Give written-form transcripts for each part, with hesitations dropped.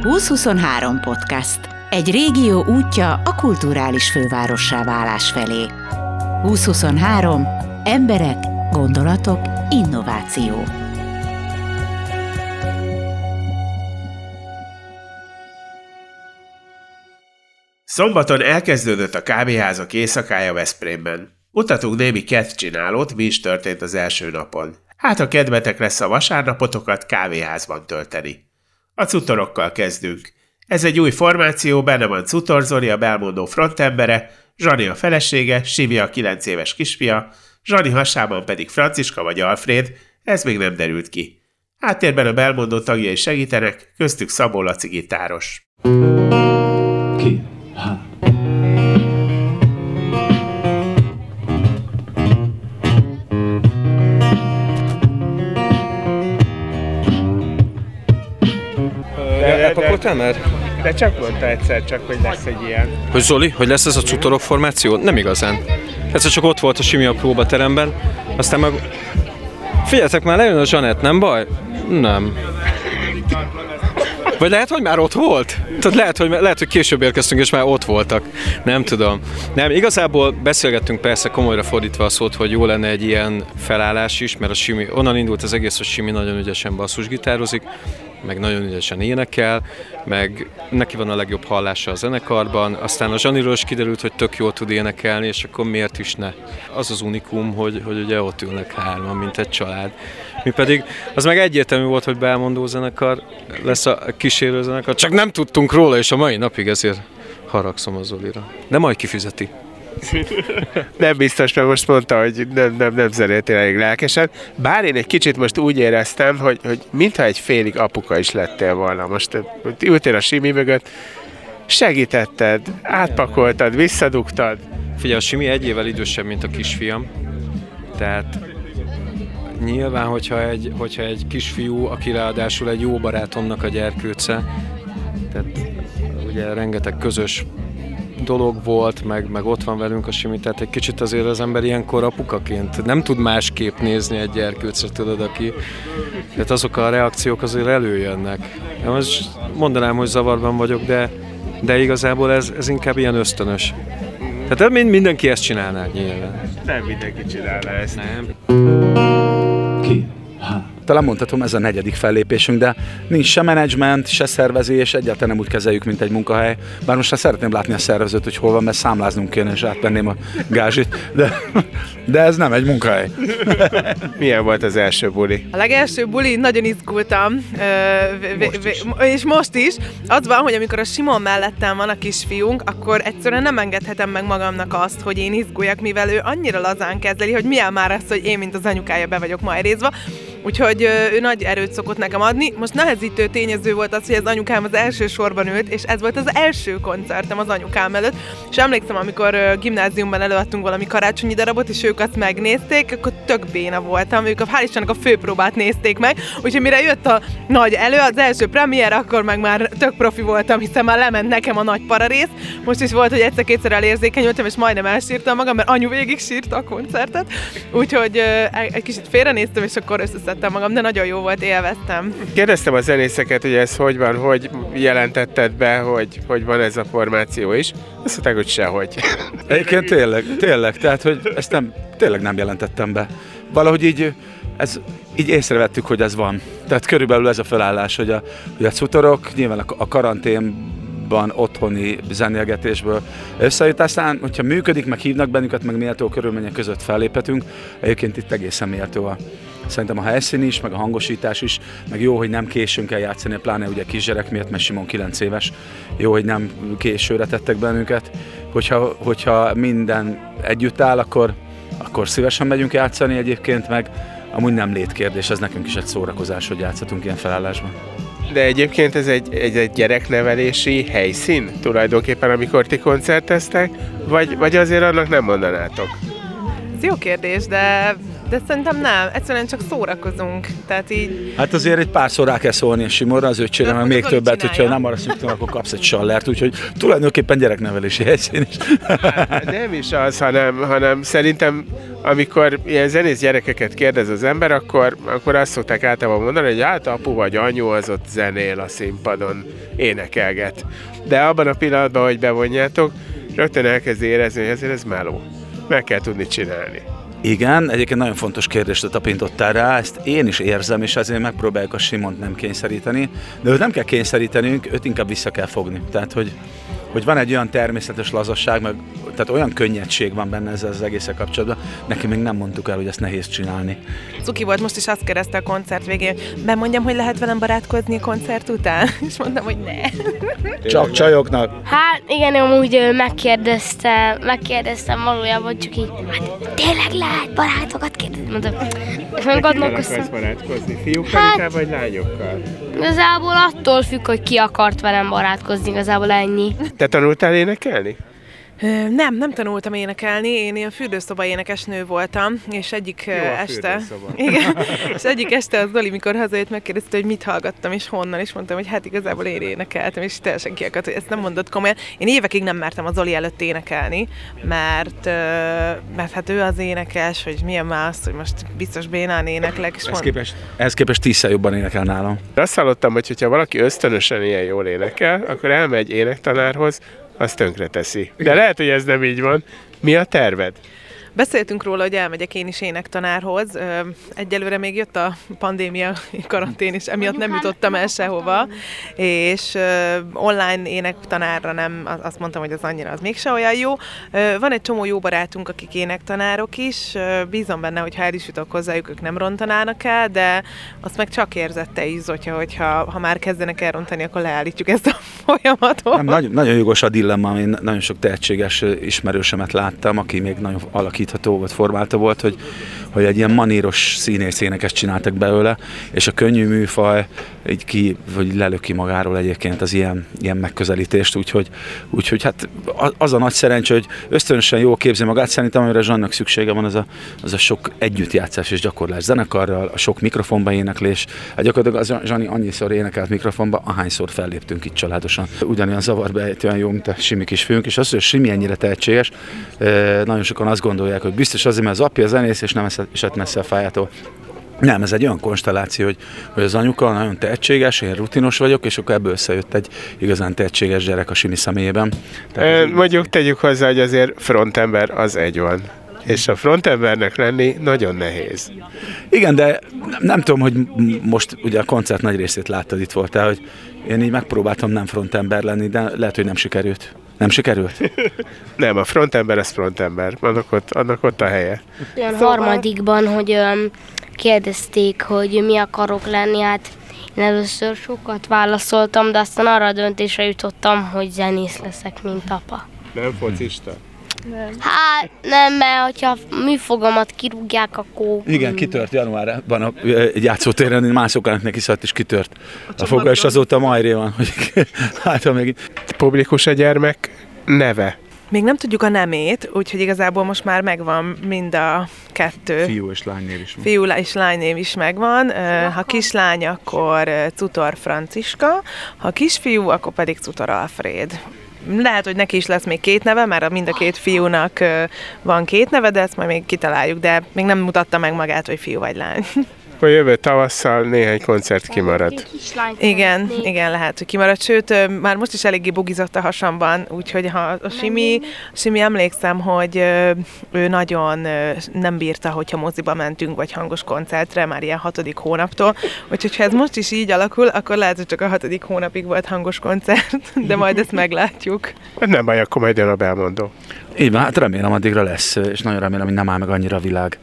2023 podcast. Egy régió útja a kulturális fővárossá válás felé. 2023. Emberek, gondolatok, innováció. Szombaton elkezdődött a kávéházak éjszakája Veszprémben. Mutatunk némi kedvcsinálót, mi is történt az első napon. Hát ha kedvetek lesz a vasárnapotokat kávéházban tölteni. A Cutorokkal kezdünk. Ez egy új formáció, benne van Cutor Zoli, a Belmondó frontembere, Zsani a felesége, Sivi a 9 éves kisfia, Zsani hasában pedig Franciska vagy Alfréd, ez még nem derült ki. Háttérben a Belmondó tagjai segítenek, köztük Szabó Laci gitáros. Ki? Elpakoltál már? De csak mondta egyszer csak, hogy lesz egy ilyen. Hogy Zoli, hogy lesz ez a Cutorok formáció? Nem igazán. Egyszer csak ott volt a Simi a próbateremben, aztán meg... Figyeljetek már, lejön a Zsanett, nem baj? Nem. Vagy lehet, hogy már ott volt? Tehát lehet, hogy később érkeztünk, és már ott voltak. Nem tudom. Nem, igazából beszélgettünk persze komolyra fordítva a szót, hogy jó lenne egy ilyen felállás is, mert a Simi, onnan indult az egész, hogy Simi nagyon ügyesen basszusgitározik, meg nagyon ügyesen énekel, meg neki van a legjobb hallása a zenekarban, aztán a Zsaniról is kiderült, hogy tök jól tud énekelni, és akkor miért is ne? Az az unikum, hogy ugye ott ülnek hárman, mint egy család. Mi pedig, az meg egyértelmű volt, hogy Belmondó zenekar lesz a kísérő zenekar, csak nem tudtunk róla, és a mai napig ezért haragszom a Zolira. De majd kifizeti. Nem biztos, mert most mondta, hogy nem zenéltél elég lelkesen. Bár én egy kicsit most úgy éreztem, hogy mintha egy félig apuka is lettél volna. Most ültél a Simi mögött, segítetted, átpakoltad, visszadugtad. Figyelj, a Simi 1 évvel idősebb, mint a kisfiam. Tehát nyilván, hogyha egy kisfiú, aki ráadásul egy jó barátomnak a gyerkőce, tehát ugye rengeteg közös dolog volt, meg ott van velünk a Simi, tehát egy kicsit azért az ember ilyenkor apukaként nem tud másképp nézni egy gyerkőcre, tudod, aki... Tehát azok a reakciók azért előjönnek. Én most mondanám, hogy zavarban vagyok, de igazából ez inkább ilyen ösztönös. Tehát mindenki ezt csinálná nyilván. Nem mindenki csinálná ezt. Nem. Ki? Talán mondhatom, ez a 4. fellépésünk, de nincs se menedzsment, se szervezés, egyáltalán nem úgy kezeljük, mint egy munkahely. Bár most már szeretném látni a szervezőt, hogy hol van, mert számláznunk kéne, és átvenném a gázsit, de ez nem egy munkahely. Milyen volt az első buli? A legelső buli, nagyon izgultam, és most is. Az van, hogy amikor a Simon mellettem van a kisfiunk, akkor egyszerűen nem engedhetem meg magamnak azt, hogy én izguljak, mivel ő annyira lazán kezeli, hogy milyen már az, hogy én, mint az anyukája be vagyok majrézva. Úgyhogy ő nagy erőt szokott nekem adni. Most nehezítő tényező volt az, hogy az anyukám az első sorban ült, és ez volt az első koncertem az anyukám előtt. És emlékszem, amikor gimnáziumban előadtunk valami karácsonyi darabot, és ők azt megnézték, akkor tök béna voltam. Ők hál' Istennek a főpróbát nézték meg, úgyhogy mire jött a nagy az első premier, akkor meg már tök profi voltam, hiszen már lement nekem a nagy pararész. Most is volt, hogy egyszer-kétszer elérzékenyültem, és majdnem elsírtam magam, mert anyu végig sírta a koncertet. Úgyhogy egy kicsit félrenéztem, és akkor összeszedtem magam, de nagyon jó volt, élveztem. Kérdeztem a zenészeket, hogy ez hogy van, hogy jelentetted be, hogy van ez a formáció is. Azt mondták, hogy sehogy. Egyébként tényleg, tehát hogy ezt tényleg nem jelentettem be. Valahogy így észrevettük, hogy ez van. Tehát körülbelül ez a felállás, hogy a Cutorok nyilván a karanténban otthoni zenélgetésből összejött, aztán, hogyha működik, meg hívnak bennünket, meg méltó körülmények között felléphetünk, egyébként itt egészen méltó szerintem a helyszín is, meg a hangosítás is, meg jó, hogy nem későn kell játszani, pláne ugye kisgyerek miatt, mert Simon 9 éves, jó, hogy nem későre tettek bennünket, hogyha minden együtt áll, akkor szívesen megyünk játszani egyébként, meg amúgy nem létkérdés, ez nekünk is egy szórakozás, hogy játszhatunk ilyen felállásban. De egyébként ez egy gyereknevelési helyszín tulajdonképpen, amikor ti koncerteztek, vagy azért annak nem mondanátok? Ez jó kérdés, de szerintem nem, egyszerűen csak szórakozunk, tehát így... Hát azért egy párszor rá kell szólni a Simorra, az öccsére, meg még többet, hogyha nem arra szükségem, akkor kapsz egy sallert, úgyhogy tulajdonképpen gyereknevelési helyszín is. Nem is az, hanem szerintem amikor ilyen zenész gyerekeket kérdez az ember, akkor azt szokták általában mondani, hogy hát apu vagy anyu az ott zenél a színpadon, énekelget. De abban a pillanatban, hogy bevonjátok, rögtön elkezdi érezni, hogy ezért ez meló. Meg kell tudni csinálni. Igen, egyébként nagyon fontos kérdést tapintottál rá, ezt én is érzem, és ezért megpróbáljuk a Simont nem kényszeríteni, de őt nem kell kényszerítenünk, őt inkább vissza kell fogni. Tehát, hogy van egy olyan természetes lazasság, meg tehát olyan könnyedség van benne ezzel az egészen kapcsolatban, neki még nem mondtuk el, hogy ezt nehéz csinálni. Cuki volt, most is azt kérdezte a koncert végén, bemondjam, hogy lehet velem barátkozni a koncert után? És mondtam, hogy ne. Csak csajoknak. Hát igen, amúgy megkérdeztem valójában, csak így, hát tényleg lehet barátokat kérdezni, mondom. És gondolkoztam. Akarsz barátkozni? Fiúkkal inkább, vagy lányokkal? Igazából attól függ, hogy ki akart velem barátkozni, igazából ennyi. Te tanultál énekelni? Nem tanultam énekelni, én ilyen fürdőszoba énekesnő voltam, és egyik este... Igen, és egyik este az Zoli, mikor hazajött, megkérdezte, hogy mit hallgattam, és honnan, és mondtam, hogy hát igazából én énekeltem, és teljesen kiakadt, hogy ezt nem mondott komolyan. Én évekig nem mertem a Zoli előtt énekelni, mert hát ő az énekes, hogy milyen más, hogy most biztos bénán éneklek. És ehhez képest 10-szer jobban énekel nálam. Azt hallottam, hogy ha valaki ösztönösen ilyen jól énekel, akkor elmegy énektanárhoz, azt tönkreteszi. De lehet, hogy ez nem így van. Mi a terved? Beszéltünk róla, hogy elmegyek én is énektanárhoz. Egyelőre még jött a pandémia karantén, és emiatt nem jutottam el sehova. És online énektanárra nem, azt mondtam, hogy az annyira az mégse olyan jó. Van egy csomó jó barátunk, akik énektanárok is. Bízom benne, hogy ha el is jutok hozzájuk, ők nem rontanának el, de azt meg csak érzette is, hogyha már kezdenek elrontani, akkor leállítjuk ezt a folyamatot. Nem, nagyon jogos a dilemma, én nagyon sok tehetséges ismerősemet láttam, aki még nagyon alakítható volt, formálta volt, hogy egy ilyen maníros színész énekes csináltak belőle, és a könnyű műfaj így vagy lelöki magáról egyébként az ilyen megközelítést, úgyhogy hát az a nagy szerencsé, hogy ösztönösen jól képzi magát, szerintem amire Zsannak szüksége van, az a sok együttjátszás és gyakorlás zenekarral, a sok mikrofonba éneklés. Gyakorlatilag Zsani annyiszor énekelt mikrofonba, ahányszor felléptünk itt családosan. Ugyanolyan zavarba ejtően jó, mint a Simi kisfiunk, és az, hogy a Simi ennyire tehetséges, nagyon sokan azt gondolják, hogy biztos azért, mert az apja zenész, és nem esett messze a fájától. Nem, ez egy olyan konstelláció, hogy az anyuka nagyon tehetséges, én rutinos vagyok, és akkor ebből összejött egy igazán tehetséges gyerek a Simi személyében. Mondjuk tegyük hozzá, hogy azért frontember az egy van. És a frontembernek lenni nagyon nehéz. Igen, de nem tudom, hogy most ugye a koncert nagy részét láttad, itt voltál, hogy én így megpróbáltam nem frontember lenni, de lehet, hogy nem sikerült. Nem sikerült? Nem, a frontember az frontember. Annak ott a helye. Olyan harmadikban, hogy kérdezték, hogy mi akarok lenni, hát én először sokat válaszoltam, de aztán arra a döntésre jutottam, hogy zenész leszek, mint apa. Nem focista? Nem. Hát nem, mert hogyha műfogamat kirúgják, akkor... Igen, kitört januárban egy játszótéren, másoknak neki szállt is kitört a foga, és azóta majré van, hogy hát még... Publikus a gyermek neve? Még nem tudjuk a nemét, úgyhogy igazából most már megvan mind a kettő. Fiú és lánynév is van. Fiú és lánynév is megvan. Ha kislány, akkor Cutor Franciska, ha kisfiú, akkor pedig Cutor Alfred. Lehet, hogy neki is lesz még két neve, mert mind a két fiúnak van két neve, de ezt majd még kitaláljuk, de még nem mutatta meg magát, hogy fiú vagy lány. Akkor jövő tavasszal néhány koncert kimarad. Igen, lehet, hogy kimarad, sőt, már most is eléggé bugizott a hasamban, úgyhogy ha a Simi emlékszem, hogy ő nagyon nem bírta, hogyha moziba mentünk, vagy hangos koncertre, már ilyen 6. hónaptól, úgyhogy ha ez most is így alakul, akkor lehet, hogy csak a 6. hónapig volt hangos koncert, de majd ezt meglátjuk. Nem baj, akkor majd jön a belmondó. Így van, hát remélem addigra lesz, és nagyon remélem, hogy nem áll meg annyira a világ,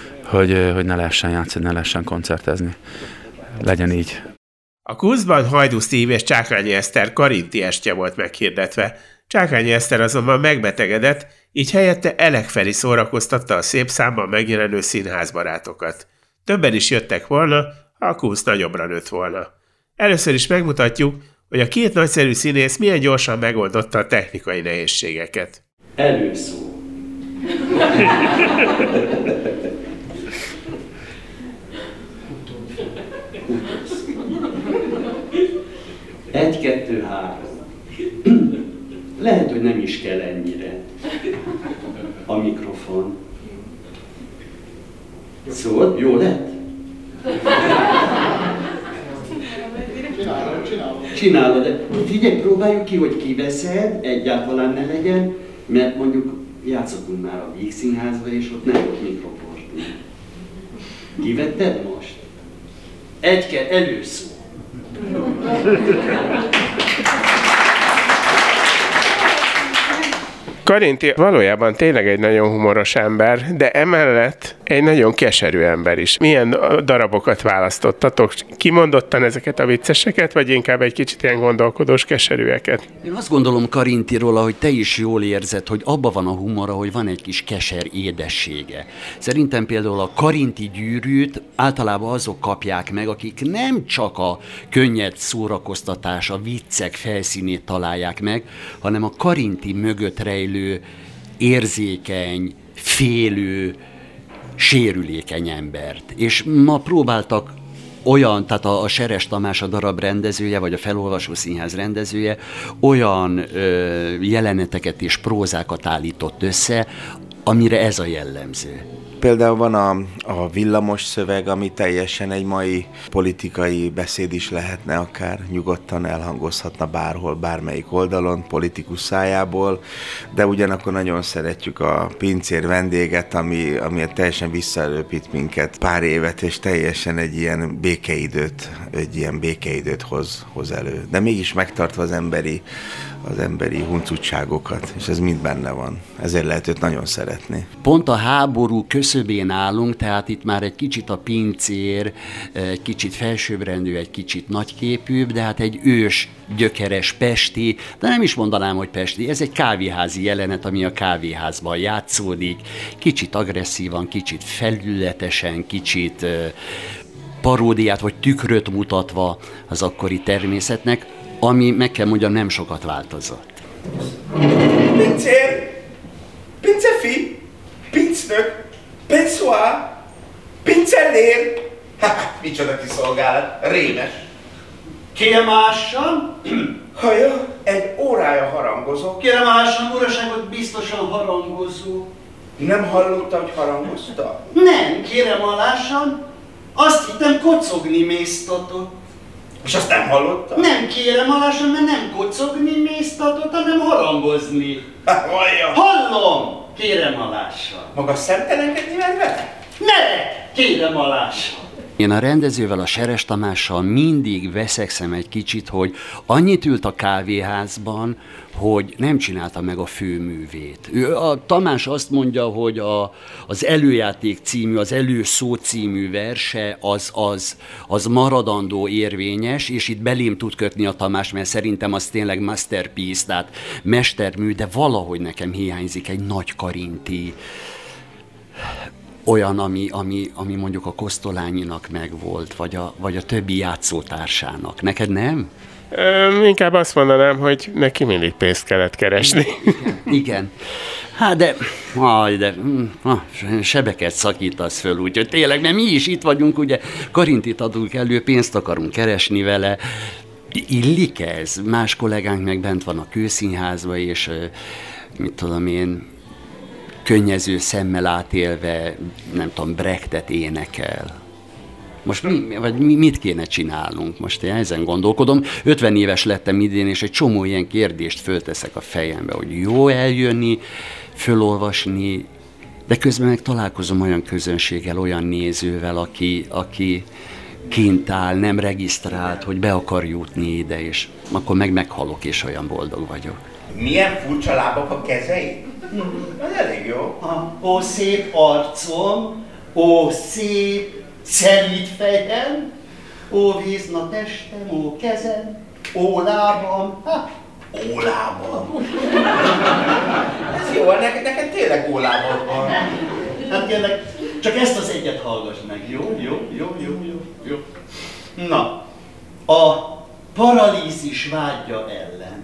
hogy ne lehessen játszani, ne lehessen koncertezni. Legyen így. A Kuszban Hajdú Steve és Csákányi Eszter karinti estje volt meghirdetve. Csákányi Eszter azonban megbetegedett, így helyette Elek Feri szórakoztatta a szép számban megjelenő színházbarátokat. Többen is jöttek volna, ha a Kusz nagyobbra nőtt volna. Először is megmutatjuk, hogy a két nagyszerű színész milyen gyorsan megoldotta a technikai nehézségeket. Előszó. 1, 2, 3. Lehet, hogy nem is kell ennyire a mikrofon. Szóval jó lett? Csinálod, de figyelj, próbáljuk ki, hogy kiveszed, egyáltalán ne legyen, mert mondjuk játszottunk már a Vígszínházba, és ott nem volt mikroportni. Kivetted most? Előszó. Karinti valójában tényleg egy nagyon humoros ember, de emellett egy nagyon keserű ember is. Milyen darabokat választottatok? Kimondottan ezeket a vicceseket, vagy inkább egy kicsit ilyen gondolkodós keserűeket? Én azt gondolom Karintiról, ahogy te is jól érzed, hogy abban van a humora, hogy van egy kis keser édessége. Szerintem például a Karinti gyűrűt általában azok kapják meg, akik nem csak a könnyed szórakoztatás, a viccek felszínét találják meg, hanem a Karinti mögött rejlő érzékeny, félő, sérülékeny embert. És ma próbáltak olyan, tehát a Seres Tamás a darab rendezője, vagy a Felolvasó Színház rendezője olyan jeleneteket és prózákat állított össze, amire ez a jellemző. Például van a villamos szöveg, ami teljesen egy mai politikai beszéd is lehetne, akár nyugodtan elhangozhatna bárhol, bármelyik oldalon, politikus szájából, de ugyanakkor nagyon szeretjük a pincér vendéget, ami teljesen visszaelőpít minket pár évet, és teljesen egy ilyen békeidőt hoz elő. De mégis megtartva az emberi huncutságokat, és ez mind benne van. Ezért lehet őt nagyon szeretni. Pont a háború küszöbén állunk, tehát itt már egy kicsit a pincér, egy kicsit felsőbbrendű, egy kicsit nagyképűbb, de hát egy ős, gyökeres pesti, de nem is mondanám, hogy pesti, ez egy kávéházi jelenet, ami a kávéházban játszódik, kicsit agresszívan, kicsit felületesen, kicsit paródiát vagy tükröt mutatva az akkori természetnek, ami, meg kell mondjam, nem sokat változott. Pincér, pincefi, pincnök, penszóá, pincellér. Micsoda kiszolgálat, rémes. Kérem Haja, egy órája harangozok. Kérem ássan, uraságot, biztosan harangozó. Nem hallotta, hogy harangozta? Nem, kérem alássan, azt hittem kocogni méztatott. És azt nem hallotta? Nem kérem alássan, mert nem kocogni méztatott, hanem harangozni. Hallja! Hallom! Kérem alássan. Maga szemtelenkedni mer vele? Mere! Kérem alássan. Én a rendezővel, a Seres Tamással mindig veszekszem egy kicsit, hogy annyit ült a kávéházban, hogy nem csinálta meg a főművét. A Tamás azt mondja, hogy az Előjáték című, az Előszó című verse az maradandó érvényes, és itt belém tud kötni a Tamás, mert szerintem az tényleg masterpiece, tehát mestermű, de valahogy nekem hiányzik egy nagy Karinti, olyan, ami mondjuk a Kosztolányinak megvolt, vagy a többi játszótársának. Neked nem? Inkább azt mondanám, hogy neki mindig pénzt kellett keresni. Igen. Hát de sebeket szakítasz föl, úgyhogy tényleg, mert mi is itt vagyunk, ugye Karintit adunk elő, pénzt akarunk keresni vele. Illik ez? Más kollégánk meg bent van a Kőszínházban, és mit tudom én, könnyező szemmel átélve, nem tudom, Brechtet énekel. Most mit kéne csinálnunk? Most én ezen gondolkodom. 50 éves lettem idén, és egy csomó ilyen kérdést fölteszek a fejembe, hogy jó eljönni, fölolvasni, de közben meg találkozom olyan közönséggel, olyan nézővel, aki kint áll, nem regisztrált, hogy be akar jutni ide, és akkor meghalok, és olyan boldog vagyok. Milyen furcsa lábak a kezei? Ez elég jó. Ó, szép arcom, ó, szép szelíd fejem, ó, vízna testem, ó, kezem, ó, lábam, Ó lábam. Ez jó, neked tényleg ó lábad van. Hát kérlek, csak ezt az egyet hallgass meg, jó? Na, a paralízis vágya ellen.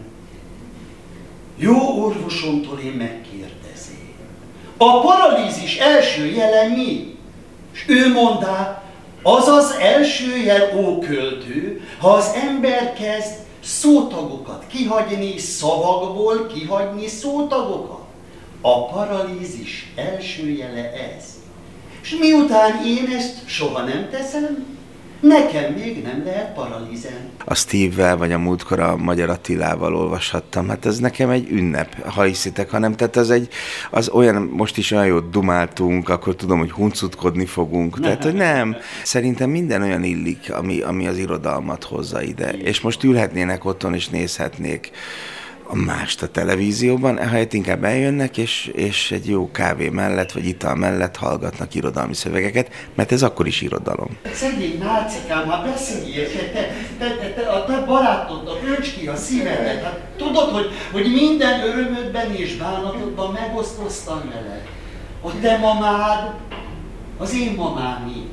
Jó orvosomtól én megkérdezém. A paralízis első jele mi? És ő mondá, az az első jel, ó költő, ha az ember kezd szótagokat kihagyni, szavakból kihagyni szótagokat. A paralízis első jele ez. És miután én ezt soha nem teszem, nekem még nem lehet paralizálni. A Steve-vel, vagy a múltkor a Magyar Attilával olvashattam, hát ez nekem egy ünnep, ha hiszitek, hanem, tehát az olyan, most is olyan jót dumáltunk, akkor tudom, hogy huncutkodni fogunk, tehát, hogy nem. Szerintem minden olyan illik, ami az irodalmat hozza ide, és most ülhetnének otthon, és nézhetnék a mást a televízióban, ehelyett inkább eljönnek, és egy jó kávé mellett, vagy ital mellett hallgatnak irodalmi szövegeket, mert ez akkor is irodalom. Szegény nácikám, hát beszéljél, a te barátodnak, önts ki a szívedet. Hát tudod, hogy minden örömödben és bánatodban megosztoztam vele. A te mamád, az én mamám is.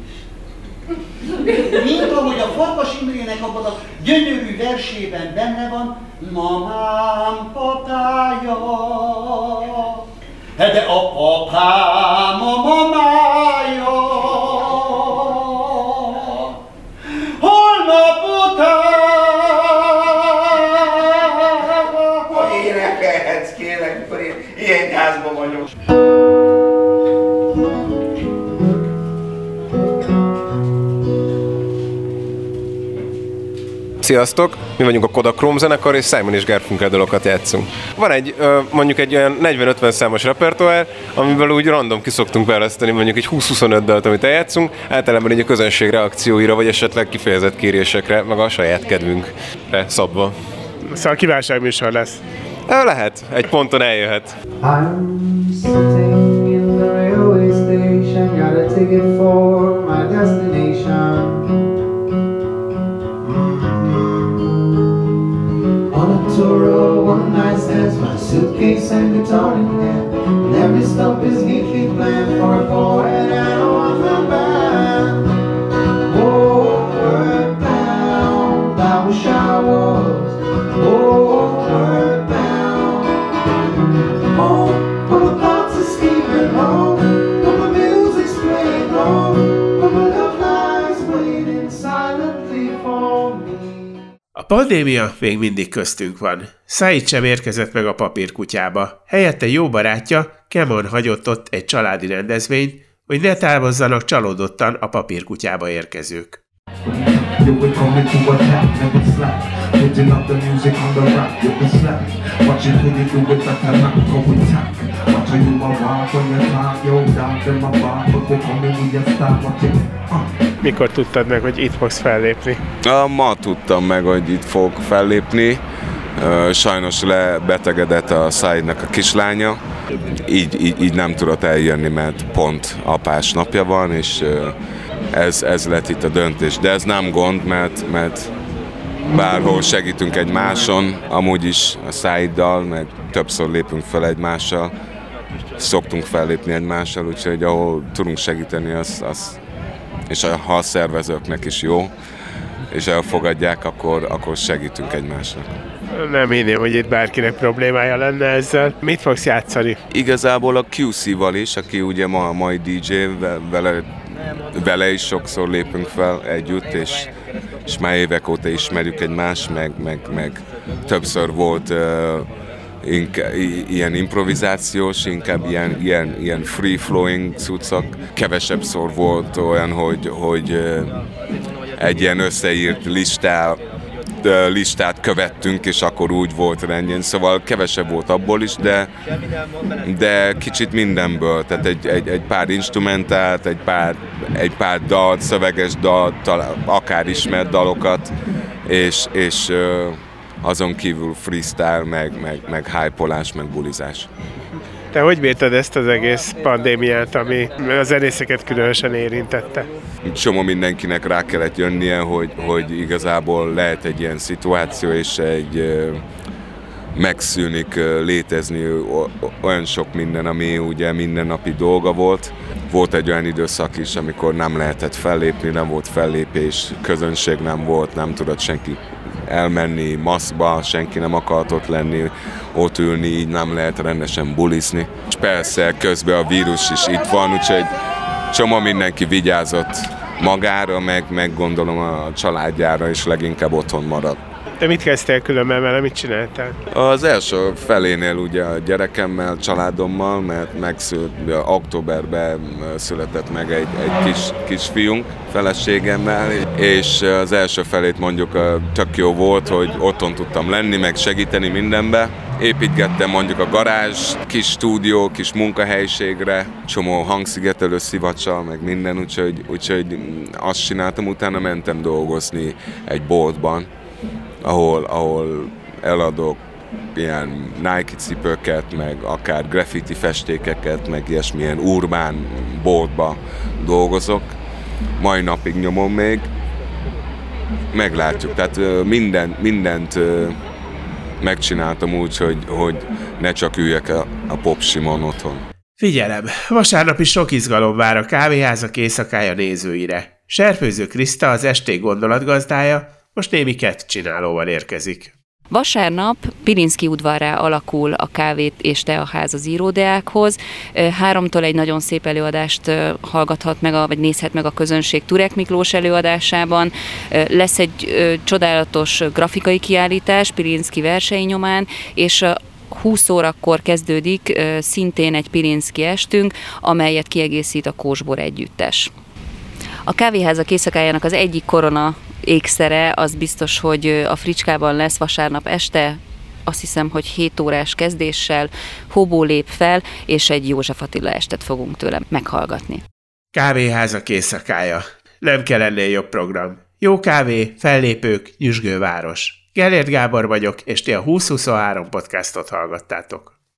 Mint ahogy a Farkas Imrének abban a gyönyörű versében benne van, mamám patája, de a papám a mamája. Holnap után... Hogy énekelhetsz, kérlek, mikor én ilyen gázban vagyok. Sziasztok! Mi vagyunk a Kodachrome zenekar, és Simon és Garfunkel dalokat játszunk. Van egy, mondjuk egy olyan 40-50 számos repertoár, amiből úgy random kiszoktunk választani mondjuk egy 20-25 dalt, amit eljátszunk, általában így a közönség reakcióira, vagy esetleg kifejezett kérésekre, meg a saját kedvünkre szabva. Szóval kívánságműsor lesz. Lehet, egy ponton eljöhet. I'm sitting in the railway station, got a ticket for my destination. On a tour of one night stands, my suitcase and guitar in hand, and every stop is neatly planned for a poet and a one-man band. Homeward bound, I wish I was homeward bound. Home, where my thoughts escaping home, where my music's playing home, where my love lies waiting silently for me. A pandémia még mindig köztünk van. Said sem érkezett meg a papírkutyába. Helyette jó barátja, Kemon hagyott ott egy családi rendezvényt, hogy ne távozzanak csalódottan a papírkutyába érkezők. Mikor tudtad meg, hogy itt fogsz fellépni? Ma tudtam meg, hogy itt fog fellépni. Sajnos lebetegedett a Saidnak a kislánya. Így nem tudott eljönni, mert pont apás napja van, és ez lett itt a döntés. De ez nem gond, mert bárhol segítünk egymáson, amúgy is a Saiddal, meg többször lépünk fel egymással, szoktunk fellépni egymással, úgyhogy ahol tudunk segíteni, és ha a szervezőknek is jó, és elfogadják, akkor segítünk egymásnak. Nem hinném, hogy itt bárkinek problémája lenne ezzel. Mit fogsz játszani? Igazából a QC-val is, aki ugye ma a mai DJ, vele is sokszor lépünk fel együtt, és már évek óta ismerjük egymást, meg többször volt ilyen improvizációs, inkább ilyen free-flowing cuccok. Kevesebb szor volt olyan, hogy egy ilyen összeírt listát követtünk, és akkor úgy volt rendjén. Szóval kevesebb volt abból is, de kicsit mindenből. Tehát egy pár instrumentált, egy pár dalt, szöveges dalt, akár ismert dalokat, és azon kívül freestyle, meg hype-olás, meg bulizás. Te hogy bírtad ezt az egész pandémiát, ami a zenészeket különösen érintette? Csomó mindenkinek rá kellett jönnie, hogy igazából lehet egy ilyen szituáció, és megszűnik létezni olyan sok minden, ami ugye mindennapi dolga volt. Volt egy olyan időszak is, amikor nem lehetett fellépni, nem volt fellépés, közönség nem volt, nem tudott senki elmenni maszkba, senki nem akart ott lenni, ott ülni, így nem lehet rendesen bulizni. És persze közben a vírus is itt van, úgyhogy csomó mindenki vigyázott magára, meg gondolom a családjára, és leginkább otthon marad. De mit kezdtél különben vele, mit csináltál? Az első felénél ugye a gyerekemmel, családommal, mert októberben született meg egy kis fiunk feleségemmel, és az első felét mondjuk tök jó volt, hogy otthon tudtam lenni, meg segíteni mindenbe. Építgettem mondjuk a garázs, kis stúdió, kis munkahelyiségre, csomó hangszigetelő szivacsal, meg minden, úgyhogy azt csináltam, utána mentem dolgozni egy boltban, ahol eladok ilyen Nike cipőket, meg akár graffiti festékeket, meg ilyesmilyen urbán boltba dolgozok. Mai napig nyomom még. Meglátjuk, tehát mindent megcsináltam úgy, hogy ne csak üljek a Pop Simon otthon. Figyelem, vasárnap is sok izgalom vár a kávéházak éjszakája nézőire. Serfőző Kriszta, az esték gondolatgazdája, most némi kettcsinálóval érkezik. Vasárnap Pilinszky udvarrá alakul a Kávét és Teaház az íródeákhoz. 3-tól egy nagyon szép előadást hallgathat meg, vagy nézhet meg a közönség Turek Miklós előadásában. Lesz egy csodálatos grafikai kiállítás Pilinszky versei nyomán, és 20 órakor kezdődik szintén egy Pilinszky estünk, amelyet kiegészít a Kósbor együttes. A kávéházak éjszakájának az egyik korona ékszere az biztos, hogy a Fricskában lesz vasárnap este, azt hiszem, hogy 7 órás kezdéssel, Hobó lép fel, és egy József Attila estet fogunk tőle meghallgatni. Kávéházak éjszakája. Nem kell ennél jobb program. Jó kávé, fellépők, nyüzsgő város. Gellért Gábor vagyok, és ti a 2023 podcastot hallgattátok.